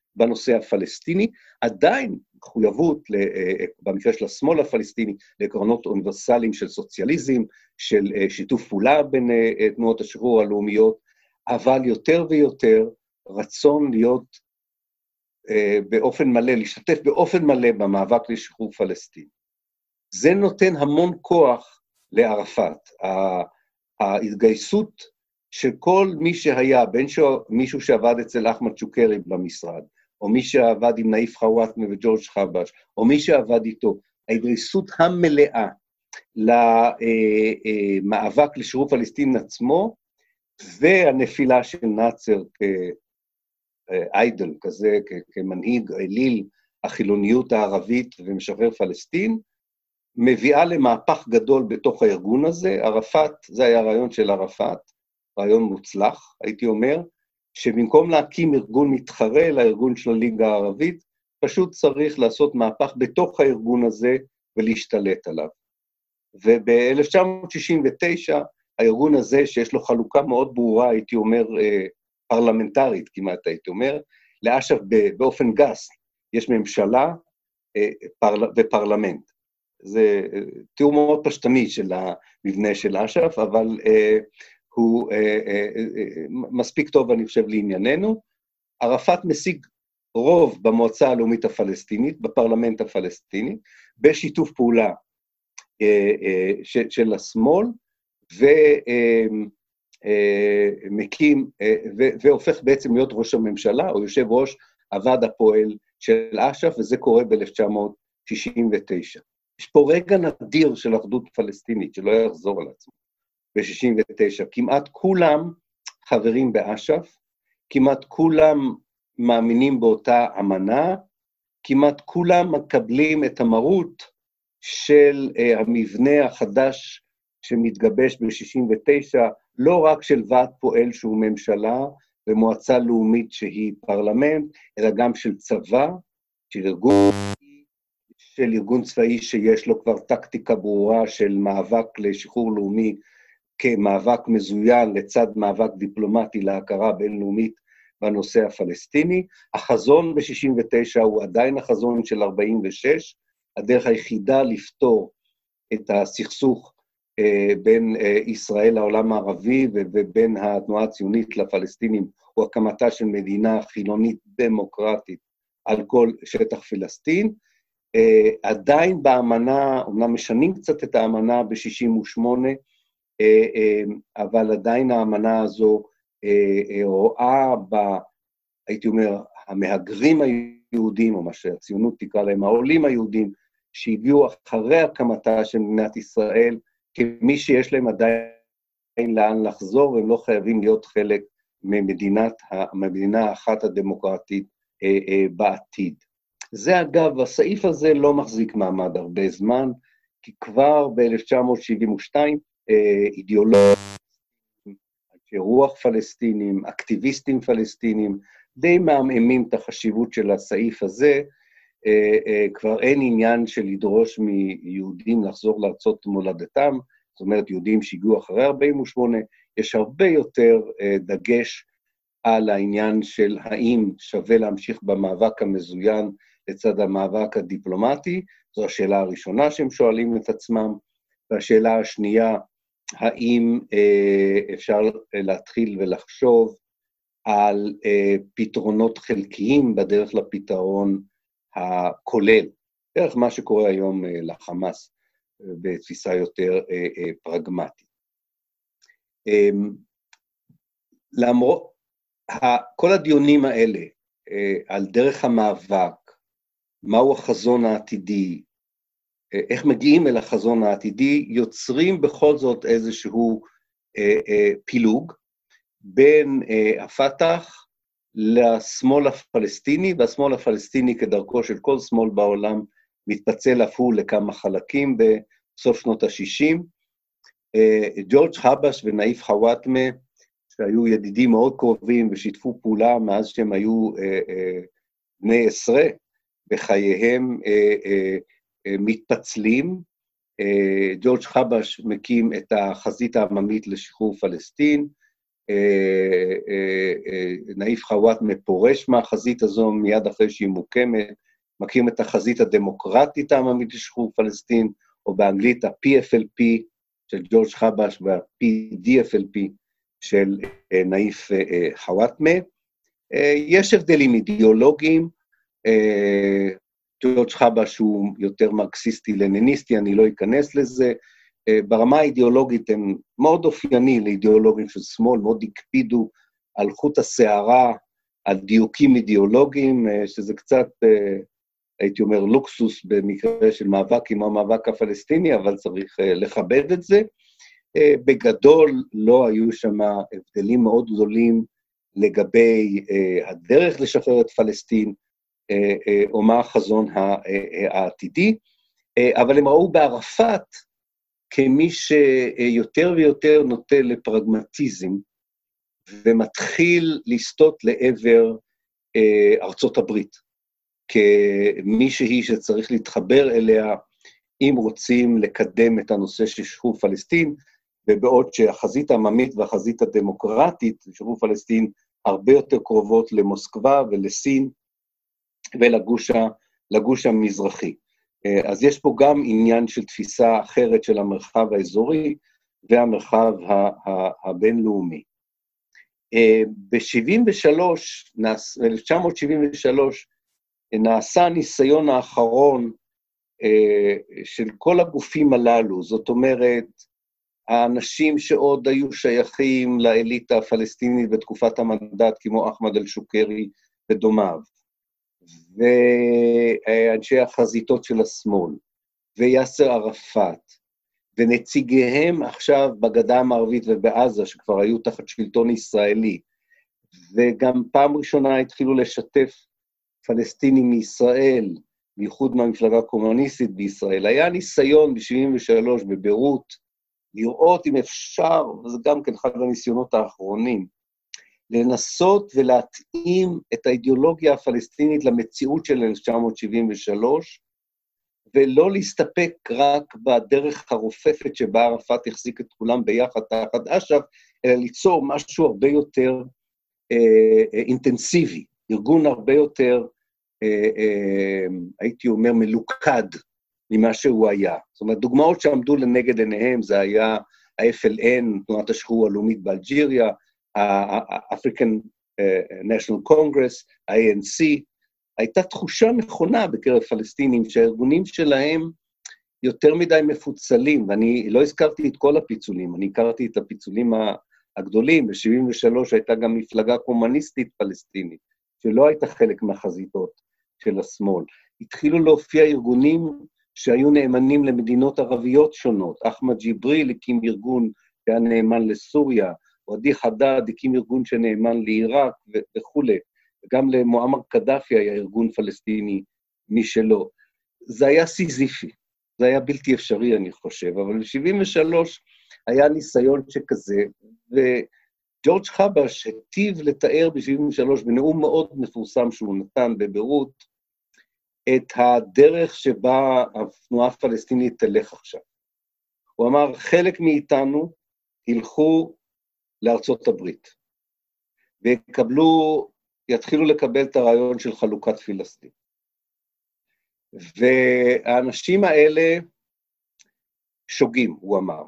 בנושא הפלסטיני, עדיין מחויבות, במקרה של השמאל הפלסטיני, לעקרונות אוניברסליים של סוציאליזם, של שיתוף פעולה בין תנועות השחרור הלאומיות, אבל יותר ויותר רצון להיות באופן מלא, להשתתף באופן מלא במאבק לשחרור פלסטין. זה נותן המון כוח לערפאת. ההתגייסות של כל מי שהיה, בין מישהו שעבד אצל אחמד שוקרי במשרד, או מי שעבד עם נאיף חוואטמה וג'ורג' חבש, או מי שעבד איתו, ההתגייסות המלאה למאבק לשחרור פלסטין עצמו, והנפילה של נאצר כאיידל, כזה, כמנהיג אליל החילוניות הערבית ומשחרר פלסטין, מביאה למהפך גדול בתוך הארגון הזה. ערפאת, זה היה רעיון של ערפאת, רעיון מוצלח, הייתי אומר, שבמקום להקים ארגון מתחרה לארגון של הליגה הערבית, פשוט צריך לעשות מהפך בתוך הארגון הזה ולהשתלט עליו. וב-אלף תשע מאות שישים ותשע, הארגון הזה, שיש לו חלוקה מאוד ברורה, הייתי אומר, פרלמנטרית כמעט, הייתי אומר, לאש"ף באופן גס, יש ממשלה ופרלמנט. זה תיאור מאוד פשטני של המבנה של אש"ף, אבל הוא מספיק טוב, אני חושב, לענייננו. ערפאת משיג רוב במועצה הלאומית הפלסטינית, בפרלמנט הפלסטיני, בשיתוף פעולה של השמאל, ומקים, והופך בעצם להיות ראש הממשלה, או יושב ראש הוועד הפועל של אש"ף, וזה קורה ב-אלף תשע מאות שישים ותשע. יש פה רגע נדיר של אחדות פלסטינית, שלא יחזור על עצמו, ב-שישים ותשע. כמעט כולם חברים באש"ף, כמעט כולם מאמינים באותה אמנה, כמעט כולם מקבלים את המרות של uh, המבנה החדש שמתגבש ב-שישים ותשע, לא רק של ועד פועל שהוא ממשלה, ומועצה לאומית שהיא פרלמנט, אלא גם של צבא, של ארגון, של ארגון צבאי שיש לו כבר טקטיקה ברורה של מאבק לשחרור לאומי, כמאבק מזוין לצד מאבק דיפלומטי להכרה בינלאומית בנושא הפלסטיני. החזון ב-שישים ותשע הוא עדיין החזון של ארבעים ושש, הדרך היחידה לפתור את הסכסוך אה, בין אה, ישראל לעולם הערבי ובין התנועה הציונית לפלסטינים, הוא הקמתה של מדינה חילונית דמוקרטית על כל שטח פלסטין. אה, עדיין באמנה, אומנם משנים קצת את האמנה ב-שישים ושמונה, אה, אה, אבל עדיין האמנה הזו אה, אה, רואה ב, הייתי אומר, המהגרים היהודים, או מה שהציונות תקרא להם, העולים היהודים, שהגיעו אחרי הקמתה של מדינת ישראל, כמי שיש להם עדיין לאן לחזור, הם לא חייבים להיות חלק ממדינת, המדינה האחת הדמוקרטית אה, אה, בעתיד. זה אגב, הסעיף הזה לא מחזיק מעמד הרבה זמן, כי כבר ב-אלף תשע מאות שבעים ושתיים, אה, אידיאולוגים, רוח פלסטינים, אקטיביסטים פלסטינים, די מעמעמים את החשיבות של הסעיף הזה, אה, אה, כבר אין עניין של לדרוש מיהודים לחזור לארצות מולדתם, זאת אומרת, יהודים שהגיעו אחרי ארבעים ושמונה, יש הרבה יותר אה, דגש על העניין של האם שווה להמשיך במאבק המזוין לצד המאבק הדיפלומטי, זו השאלה הראשונה שהם שואלים את עצמם, והשאלה השנייה, האם אה, אפשר להתחיל ולחשוב על אה, פתרונות חלקיים בדרך לפתרון הכולל, דרך מה שקורה היום אה, לחמאס אה, בתפיסה יותר אה, אה, פרגמטית. אה, למרות, כל הדיונים האלה אה, על דרך המאבק, מהו החזון העתידי, אה, איך מגיעים אל החזון העתידי, יוצרים בכל זאת איזשהו אה, אה, פילוג, בין אה, הפתח לשמאל הפלסטיני, והשמאל הפלסטיני כדרכו של כל שמאל בעולם, מתפצל אף הוא לכמה חלקים בסוף שנות ה-שישים. אה, ג'ורג' חבש ונאיף חוואטמה, שהיו ידידים מאוד קרובים ושיתפו פעולה מאז שהם היו אה, אה, בני עשרה בחייהם, אה, אה, אה, מתפצלים. אה, ג'ורג' חבש מקים את החזית העממית לשחרור פלסטין, נאיף חוואטמה פורש מהחזית הזו מיד אחרי שהיא מוקמת, מכירים את החזית הדמוקרטית העממית לשחרור פלסטין, או באנגלית ה-פי אף אל פי של ג'ורג' חבש וה-פי די אף אל פי של נאיף חוואטמה. יש הבדלים אידיאולוגיים, ג'ורג' חבש הוא יותר מרקסיסטי-לניניסטי, אני לא אכנס לזה, ברמה האידיאולוגית הם מאוד אופייני לאידיאולוגים של שמאל, מאוד הקפידו על חוט השערה, על דיוקים אידיאולוגיים, שזה קצת, הייתי אומר, לוקסוס במקרה של מאבק עם המאבק הפלסטיני, אבל צריך לכבד את זה. בגדול לא היו שם הבדלים מאוד גדולים לגבי הדרך לשחרר את פלסטין, או מה החזון העתידי, אבל הם ראו בערפאת כמי שיותר ויותר נוטה לפרגמטיזם, ומתחיל לסטות לעבר ארצות הברית, כמישהי שצריך להתחבר אליה, אם רוצים לקדם את הנושא של שחרור פלסטין, ובעוד שהחזית העממית והחזית הדמוקרטית, שחרור פלסטין, הרבה יותר קרובות למוסקבה ולסין, ולגוש המזרחי. אז יש פה גם עניין של תפיסה אחרת של המרחב האזורי, והמרחב הבינלאומי. ב-שבעים ושלוש, אלף תשע מאות שבעים ושלוש, נעשה הניסיון האחרון של כל הגופים הללו, זאת אומרת, האנשים שעוד היו שייכים לאליטה הפלסטינית בתקופת המנדט, כמו אחמד אל-שוקרי ודומיו, ואנשי החזיתות של השמאל, ויאסר ערפאת, ונציגיהם עכשיו בגדה המערבית ובעזה, שכבר היו תחת שלטון ישראלי, וגם פעם ראשונה התחילו לשתף פלסטינים מישראל, בייחוד מהמפלגה הקומוניסטית בישראל. היה ניסיון ב-שבעים ושלוש בביירות, לראות אם אפשר, וזה גם כן אחד הניסיונות האחרונים, לנסות ולהתאים את האידיאולוגיה הפלסטינית למציאות של אלף תשע מאות שבעים ושלוש, ולא להסתפק רק בדרך הרופפת שבה ערפאת החזיק את כולם ביחד תחת אש"ף, אלא ליצור משהו הרבה יותר אה, אה, אינטנסיבי, ארגון הרבה יותר, אה, אה, הייתי אומר, מלוכד ממה שהוא היה. זאת אומרת, דוגמאות שעמדו לנגד עיניהם, זה היה ה-אף אל אן, תנועת השחרור הלאומית באלג'יריה, ה-African National Congress, ה-איי אן סי, הייתה תחושה נכונה בקרב פלסטינים, שהארגונים שלהם יותר מדי מפוצלים, ואני לא הזכרתי את כל הפיצולים, אני הכרתי את הפיצולים הגדולים, ב-שבעים ושלוש הייתה גם מפלגה קומוניסטית פלסטינית, שלא הייתה חלק מהחזיתות של השמאל. התחילו להופיע ארגונים שהיו נאמנים למדינות ערביות שונות, אחמד ג'יבריל הקים ארגון שהיה נאמן לסוריה, ודי חדד הקים ארגון שנאמן לעיראק וכו'. גם למועמר קדאפי היה ארגון פלסטיני משלו. זה היה סיזיפי, זה היה בלתי אפשרי אני חושב, אבל ב-שבעים ושלוש היה ניסיון שכזה, וג'ורג' חבש היטיב לתאר ב-שבעים ושלוש בנאום מאוד מפורסם שהוא נתן בביירות, את הדרך שבה התנועה הפלסטינית תלך עכשיו. הוא אמר, חלק מאיתנו ילכו לארצות הברית, ויקבלו, יתחילו לקבל את הרעיון של חלוקת פלסטין. והאנשים האלה שוגים, הוא אמר.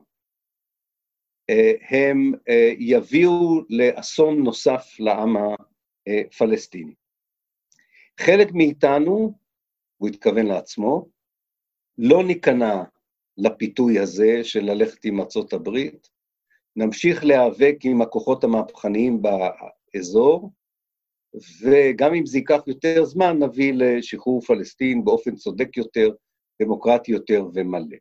הם יביאו לאסון נוסף לעם הפלסטיני. חלק מאיתנו, הוא התכוון לעצמו, לא ניכנע לפיתוי הזה של ללכת עם ארצות הברית, נמשיך להיאבק עם הכוחות המהפכניים באזור, וגם אם זה ייקח יותר זמן, נביא לשחרור פלסטין באופן צודק יותר, דמוקרטי יותר ומלא.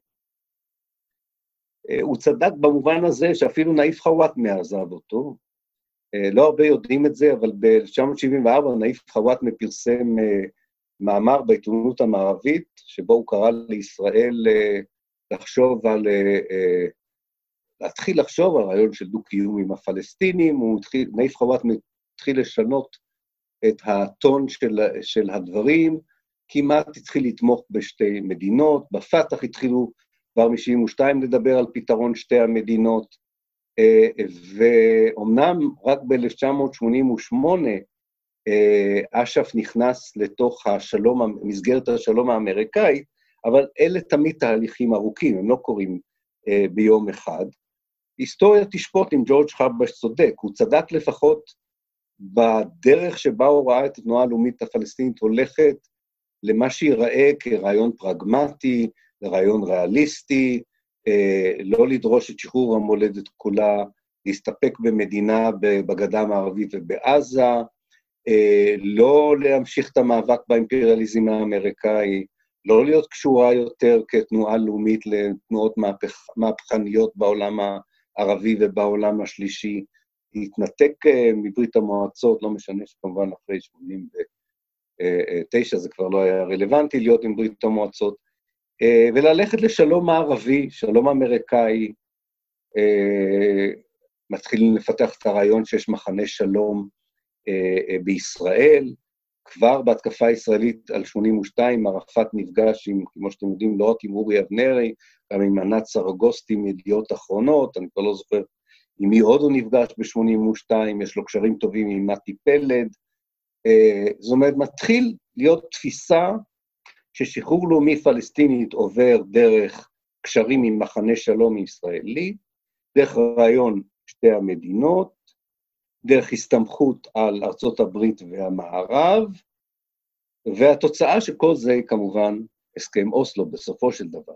הוא צדק במובן הזה שאפילו נאיף חוואטמה עזב אותו, לא הרבה יודעים את זה, אבל ב-אלף תשע מאות שבעים וארבע נאיף חוואטמה פרסם מאמר בעיתונות המערבית, שבו הוא קרא לישראל לחשוב על, להתחיל לחשוב על רעיון של דו-קיום עם הפלסטינים, הוא התחיל, נאיף חוואטמה התחיל לשנות את הטון של, של הדברים, כמעט התחיל לתמוך בשתי מדינות, בפתח התחילו כבר מ-שבעים ושתיים לדבר על פתרון שתי המדינות, ואומנם רק ב-אלף תשע מאות שמונים ושמונה אש"ף נכנס לתוך השלום, מסגרת השלום האמריקאית, אבל אלה תמיד תהליכים ארוכים, הם לא קורים ביום אחד. היסטוריה תשפוט אם ג'ורג' חבש צודק, הוא צדק לפחות בדרך שבה הוא ראה את התנועה הלאומית הפלסטינית הולכת למה שיראה כרעיון פרגמטי, לרעיון ריאליסטי, לא לדרוש את שחרור המולדת כולה, להסתפק במדינה בגדה המערבית ובעזה, לא להמשיך את המאבק באימפריאליזם האמריקאי, לא להיות קשורה יותר כתנועה לאומית לתנועות מהפכ... מהפכניות בעולם הערבי ובעולם השלישי, להתנתק מברית המועצות, לא משנה שכמובן אחרי שמונים ותשע זה כבר לא היה רלוונטי להיות עם ברית המועצות, וללכת לשלום מערבי, שלום אמריקאי, מתחילים לפתח את הרעיון שיש מחנה שלום בישראל, כבר בהתקפה הישראלית על שמונים ושתיים, ערפאת נפגש עם, כמו שאתם יודעים, לא רק עם אורי אבנרי, גם עם ענת סרגוסטי מידיעות אחרונות, אני כבר לא זוכר עם מי עוד הוא נפגש ב-שמונים ושתיים, יש לו קשרים טובים עם נתי פלד, זאת אומרת, מתחיל להיות תפיסה ששחרור לאומי פלסטינית עובר דרך קשרים עם מחנה שלום ישראלי, דרך רעיון שתי המדינות, דרך הסתמכות על ארצות הברית והמערב, והתוצאה של כל זה כמובן הסכם אוסלו בסופו של דבר.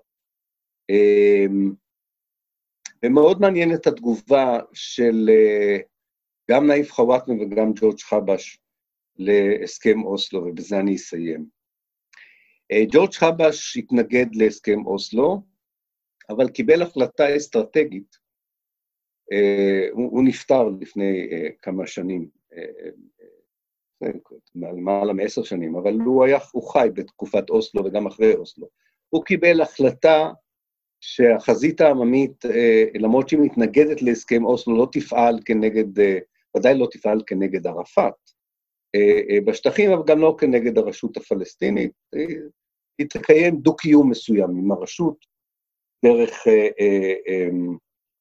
ומאוד מעניינת התגובה של גם נאיף חוואטמה וגם ג'ורג' חבש להסכם אוסלו, ובזה אני אסיים. ג'ורג' חבש התנגד להסכם אוסלו, אבל קיבל החלטה אסטרטגית, Uh, הוא, הוא נפטר לפני uh, כמה שנים, uh, מעל מעשר שנים, אבל הוא היה, הוא חי בתקופת אוסלו וגם אחרי אוסלו. הוא קיבל החלטה שהחזית העממית, uh, למרות שהיא מתנגדת להסכם אוסלו, לא תפעל כנגד, uh, ודאי לא תפעל כנגד ערפאת, uh, uh, בשטחים, אבל גם לא כנגד הרשות הפלסטינית, uh, היא תקיים דו-קיום מסוים עם הרשות, דרך uh, uh, um,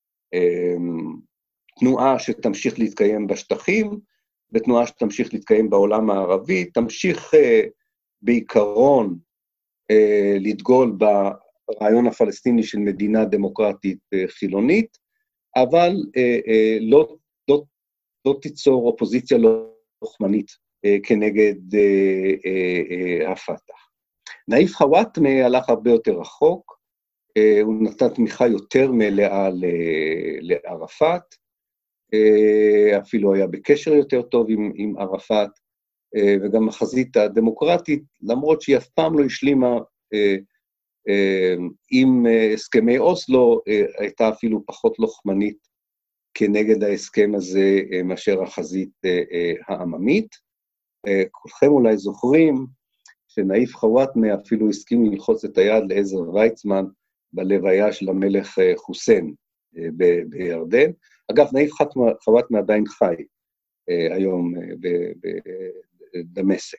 תנועה שתמשיך להתקיים בשטחים, ותנועה שתמשיך להתקיים בעולם הערבי, תמשיך בעיקרון לדגול ברעיון הפלסטיני של מדינה דמוקרטית חילונית, אבל לא, לא, לא תיצור אופוזיציה לוחמנית כנגד הפתח. נאיף חוואטמה הלך הרבה יותר רחוק, הוא נתן תמיכה יותר מלאה לערפאת, אפילו היה בקשר יותר טוב עם, עם ערפאת, וגם החזית הדמוקרטית, למרות שהיא אף פעם לא השלימה עם הסכמי אוסלו, הייתה אפילו פחות לוחמנית כנגד ההסכם הזה מאשר החזית העממית. כולכם אולי זוכרים שנאיף חוואטמה אפילו הסכים ללחוץ את היד לעזר ויצמן, בלוויה של המלך חוסיין ב- בירדן. אגב, נאיף חוואטמה עדיין חי היום בדמשק.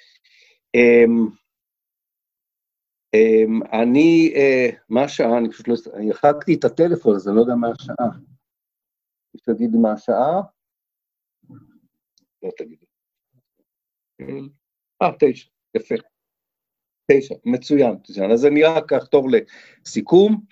אני, מה השעה? אני פשוט לא... אני החלקתי את הטלפון, אז אני לא יודע מה השעה. יש תגידי מה השעה? לא תגידי. אה, תשע, יפה. תשע, מצוין, מצוין. אז זה נראה כך טוב לסיכום.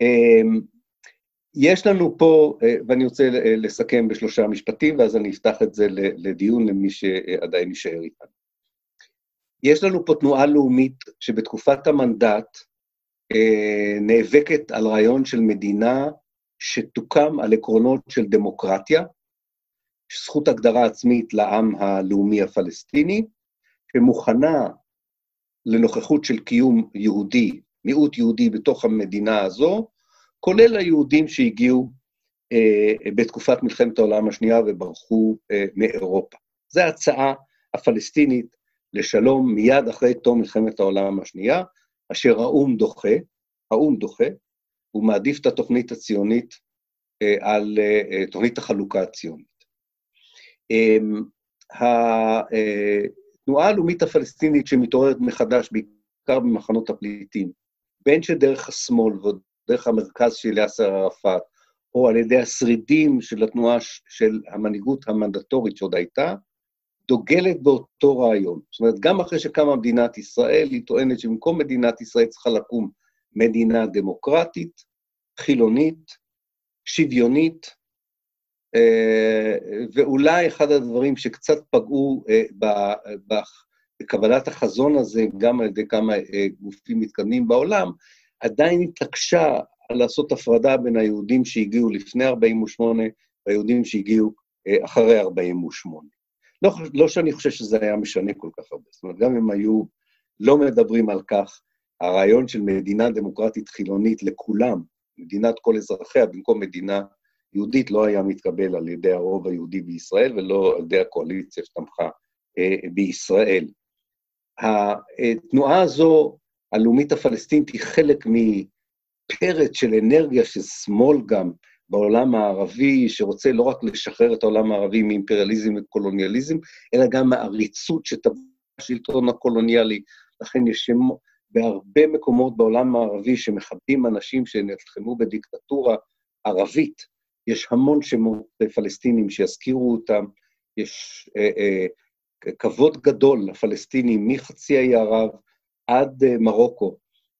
יש לנו פה, ואני רוצה לסכם בשלושה משפטים, ואז אני אפתח את זה לדיון למי שעדיין נשאר איתנו. יש לנו פה תנועה לאומית שבתקופת המנדט נאבקת על רעיון של מדינה שתוקם על עקרונות של דמוקרטיה, זכות הגדרה עצמית לעם הלאומי הפלסטיני, שמוכנה לנוכחות של קיום יהודי, מיעוט יהודי בתוך המדינה הזו, כולל היהודים שהגיעו אה, בתקופת מלחמת העולם השנייה וברחו אה, מאירופה. זו ההצעה הפלסטינית לשלום מיד אחרי תום מלחמת העולם השנייה, אשר האום דוחה, האום דוחה, הוא מעדיף את התוכנית הציונית אה, על אה, תוכנית החלוקה הציונית. אה, התנועה הלאומית הפלסטינית שמתעוררת מחדש בעיקר במחנות הפליטים, בין שדרך השמאל ודרך המרכז של יאסר ערפאת, או על ידי השרידים של התנועה של המנהיגות המנדטורית שעוד הייתה, דוגלת באותו רעיון. זאת אומרת, גם אחרי שקמה מדינת ישראל, היא טוענת שבמקום מדינת ישראל צריכה לקום מדינה דמוקרטית, חילונית, שוויונית, ואולי אחד הדברים שקצת פגעו בקבלת החזון הזה, גם על ידי כמה גופים מתקדמים בעולם, עדיין התעקשה לעשות הפרדה בין היהודים שהגיעו לפני ארבעים ושמונה, והיהודים שהגיעו אחרי ארבעים ושמונה. לא, לא שאני חושב שזה היה משנה כל כך הרבה, זאת אומרת, גם אם היו לא מדברים על כך, הרעיון של מדינה דמוקרטית חילונית לכולם, מדינת כל אזרחיה, במקום מדינה יהודית, לא היה מתקבל על ידי הרוב היהודי בישראל, ולא על ידי הקואליציה שתמכה אה, בישראל. התנועה הזו, הלאומית הפלסטינית, היא חלק מפרץ של אנרגיה של שמאל גם, בעולם הערבי, שרוצה לא רק לשחרר את העולם הערבי מאימפריאליזם וקולוניאליזם, אלא גם מהעריצות שטבע השלטון הקולוניאלי. לכן יש בהרבה מקומות בעולם הערבי שמכבדים אנשים שנלחמו בדיקטטורה ערבית, יש המון שמות פלסטינים שיזכירו אותם, יש אה, אה, כבוד גדול לפלסטינים מחצי האי ערב עד אה, מרוקו,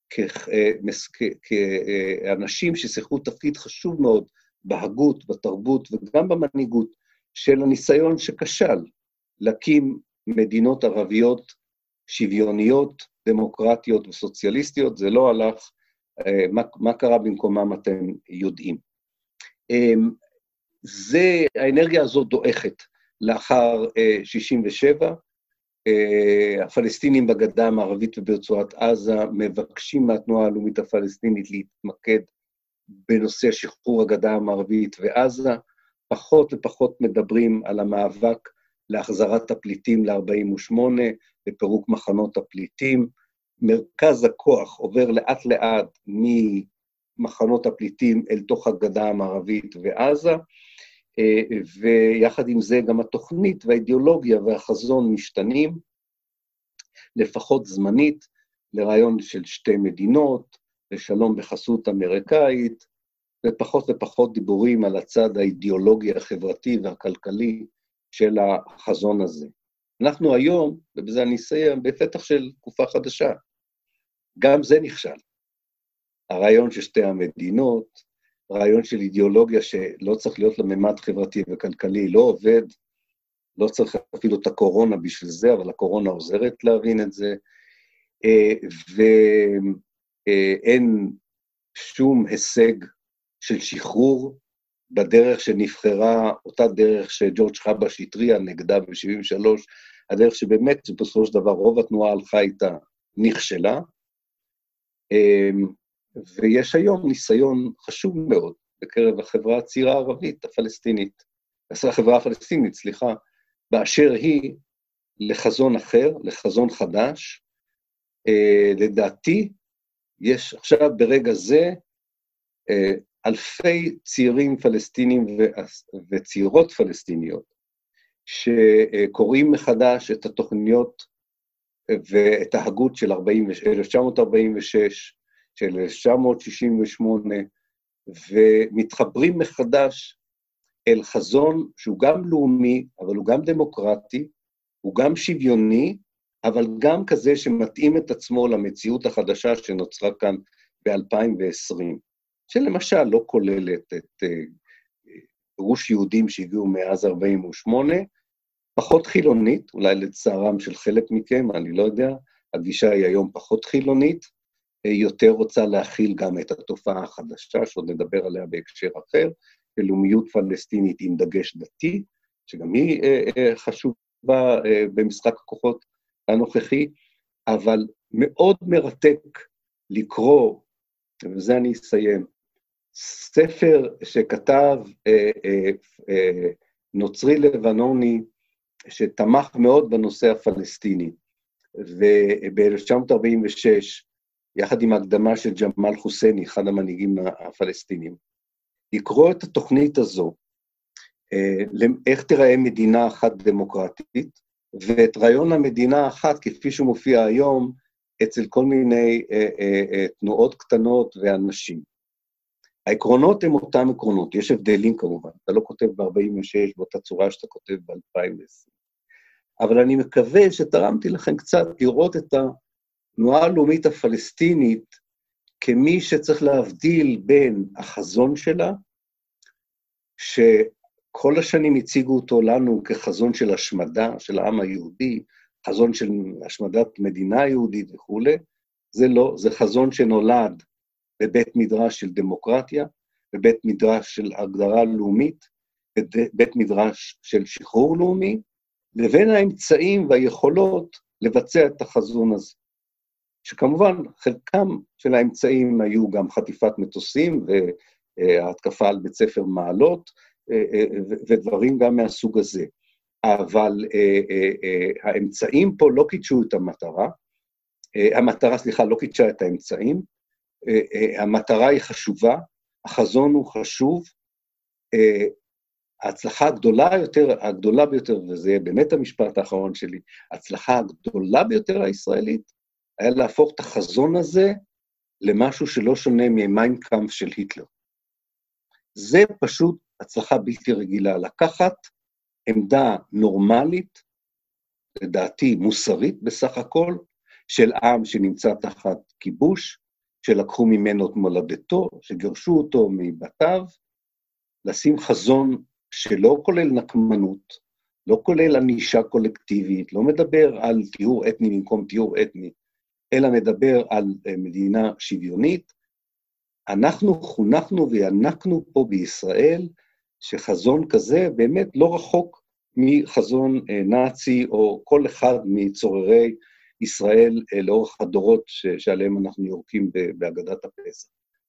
כאנשים ששיחקו תפקיד חשוב מאוד בהגות, בתרבות וגם במנהיגות של הניסיון שכשל להקים מדינות ערביות שוויוניות, דמוקרטיות וסוציאליסטיות. זה לא הלך, מה, מה קרה במקומם אתם יודעים. זה, האנרגיה הזו דועכת לאחר שישים ושבע, הפלסטינים בגדה המערבית וברצועת עזה מבקשים מהתנועה הלאומית הפלסטינית להתמקד בנושא שחרור הגדה המערבית ועזה, פחות ופחות מדברים על המאבק להחזרת הפליטים ל-ארבעים ושמונה, לפירוק מחנות הפליטים. מרכז הכוח עובר לאט לאט ממחנות הפליטים אל תוך הגדה המערבית ועזה, ויחד עם זה גם התוכנית והאידיאולוגיה והחזון משתנים, לפחות זמנית, לרעיון של שתי מדינות, לשלום בחסות אמריקאית, ופחות ופחות דיבורים על הצד האידיאולוגי החברתי והכלכלי של החזון הזה. אנחנו היום, ובזה אני אסיים, בפתח של תקופה חדשה. גם זה נכשל. הרעיון של שתי המדינות, רעיון של אידיאולוגיה שלא צריך להיות לממד חברתי וכלכלי, לא עובד, לא צריך אפילו את הקורונה בשביל זה, אבל הקורונה עוזרת להבין את זה, ואין שום הישג של שחרור בדרך שנבחרה, אותה דרך שג'ורג' חבש התריע נגדה ב-שבעים ושלוש, הדרך שבאמת בסופו של דבר רוב התנועה הלכה איתה נכשלה, ויש היום ניסיון חשוב מאוד בקרב החברה הצעירה הערבית, הפלסטינית, החברה הפלסטינית, סליחה, באשר היא לחזון אחר, לחזון חדש. לדעתי, יש עכשיו ברגע זה אלפי צעירים פלסטינים וצעירות פלסטיניות, שקוראים מחדש את התוכניות ואת ההגות של אלף תשע מאות ארבעים ושש, של אלף תשע מאות שישים ושמונה, ומתחברים מחדש אל חזון שהוא גם לאומי, אבל הוא גם דמוקרטי, הוא גם שוויוני, אבל גם כזה שמתאים את עצמו למציאות החדשה שנוצרה כאן ב-אלפיים ועשרים, שלמשל לא כוללת את גירוש יהודים שהגיעו מאז ארבעים ושמונה, פחות חילונית, אולי לצערם של חלק מכם, אני לא יודע, הגישה היא היום פחות חילונית, יותר רוצה להכיל גם את התופעה החדשה, שעוד נדבר עליה בהקשר אחר, לאומיות פלסטינית עם דגש דתי, שגם היא חשובה במשחק הכוחות הנוכחי, אבל מאוד מרתק לקרוא, ובזה אני אסיים, ספר שכתב נוצרי לבנוני, שתמך מאוד בנושא הפלסטיני, וב-אלף תשע מאות ארבעים ושש, יחד עם ההקדמה של ג'מאל חוסייני, אחד המנהיגים הפלסטינים, לקרוא את התוכנית הזו, איך תראה מדינה אחת דמוקרטית, ואת רעיון המדינה האחת, כפי שהוא מופיע היום, אצל כל מיני תנועות קטנות ואנשים. העקרונות הם אותם עקרונות, יש הבדלים כמובן, אתה לא כותב ב-ארבעים ושש באותה צורה שאתה כותב ב-אלפיים ועשרים. אבל אני מקווה שתרמתי לכם קצת לראות את התנועה הלאומית הפלסטינית כמי שצריך להבדיל בין החזון שלה, שכל השנים הציגו אותו לנו כחזון של השמדה של העם היהודי, חזון של השמדת מדינה יהודית וכו', זה לא, זה חזון שנולד בבית מדרש של דמוקרטיה, בבית מדרש של הגדרה לאומית, בבית מדרש של שחרור לאומי, לבין האמצעים והיכולות לבצע את החזון הזה. שכמובן חלקם של האמצעים היו גם חטיפת מטוסים והתקפה על בית ספר מעלות, ודברים גם מהסוג הזה. אבל האמצעים פה לא קידשו את המטרה, המטרה, סליחה, לא קידשה את האמצעים, המטרה היא חשובה, החזון הוא חשוב, ההצלחה הגדולה יותר, הגדולה ביותר, וזה באמת המשפט האחרון שלי, ההצלחה הגדולה ביותר הישראלית, היה להפוך את החזון הזה למשהו שלא שונה ממיין קאמפף של היטלר. זה פשוט הצלחה בלתי רגילה, לקחת עמדה נורמלית, לדעתי מוסרית בסך הכל, של עם שנמצא תחת כיבוש, שלקחו ממנו את מולדתו, שגרשו אותו מבתיו, לשים חזון שלא כולל נקמנות, לא כולל ענישה קולקטיבית, לא מדבר על טיהור אתני במקום טיהור אתני, אלא מדבר על מדינה שוויונית. אנחנו חונכנו וינקנו פה בישראל, שחזון כזה באמת לא רחוק מחזון נאצי, או כל אחד מצוררי ישראל לאורך הדורות שעליהם אנחנו יורקים בהגדת הפסח.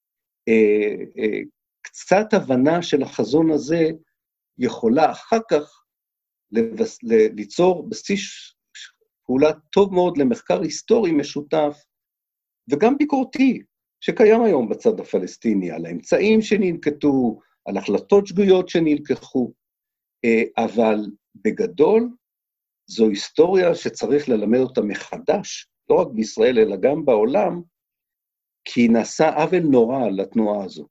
קצת הבנה של החזון הזה יכולה אחר כך ליצור בסיס פעולה טוב מאוד למחקר היסטורי משותף, וגם ביקורתי, שקיים היום בצד הפלסטיני, על האמצעים שננקטו, על החלטות שגויות שנלקחו, אבל בגדול, זו היסטוריה שצריך ללמד אותה מחדש, לא רק בישראל, אלא גם בעולם, כי נעשה עוול נורא לתנועה הזו,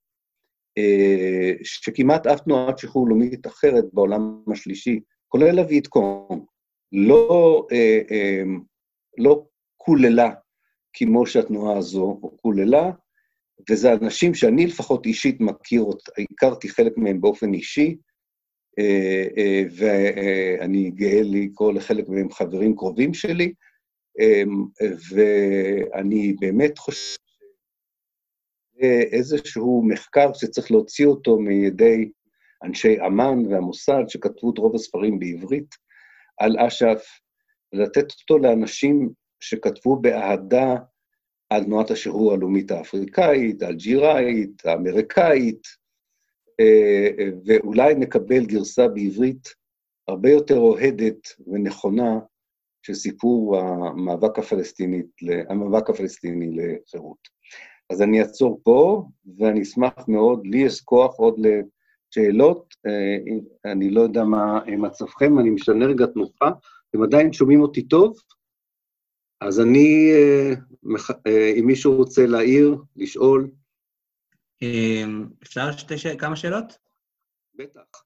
שכמעט אף תנועת שחרור לאומית אחרת בעולם השלישי, כולל הווייטקונג, לא, לא כוללה כמו שהתנועה הזו כוללה, וזה אנשים שאני לפחות אישית מכיר, הכרתי חלק מהם באופן אישי, ואני גאה לקרוא לחלק מהם חברים קרובים שלי, ואני באמת חושב איזשהו מחקר שצריך להוציא אותו מידי אנשי אמ"ן והמוסד, שכתבו את רוב הספרים בעברית על אש"ף, ולתת אותו לאנשים שכתבו באהדה על תנועת השחרור הלאומית האפריקאית, האלג'יראית, האמריקאית, ואולי נקבל גרסה בעברית הרבה יותר אוהדת ונכונה של סיפור המאבק הפלסטיני, המאבק הפלסטיני לחירות. אז אני אעצור פה, ואני אשמח מאוד, לי יש כוח עוד לשאלות, אני לא יודע מה מצבכם, אני משנה רגע תנוחה, אתם עדיין שומעים אותי טוב? אז אני, אם מישהו רוצה להעיר, לשאול. אפשר שתי כמה שאלות? בטח.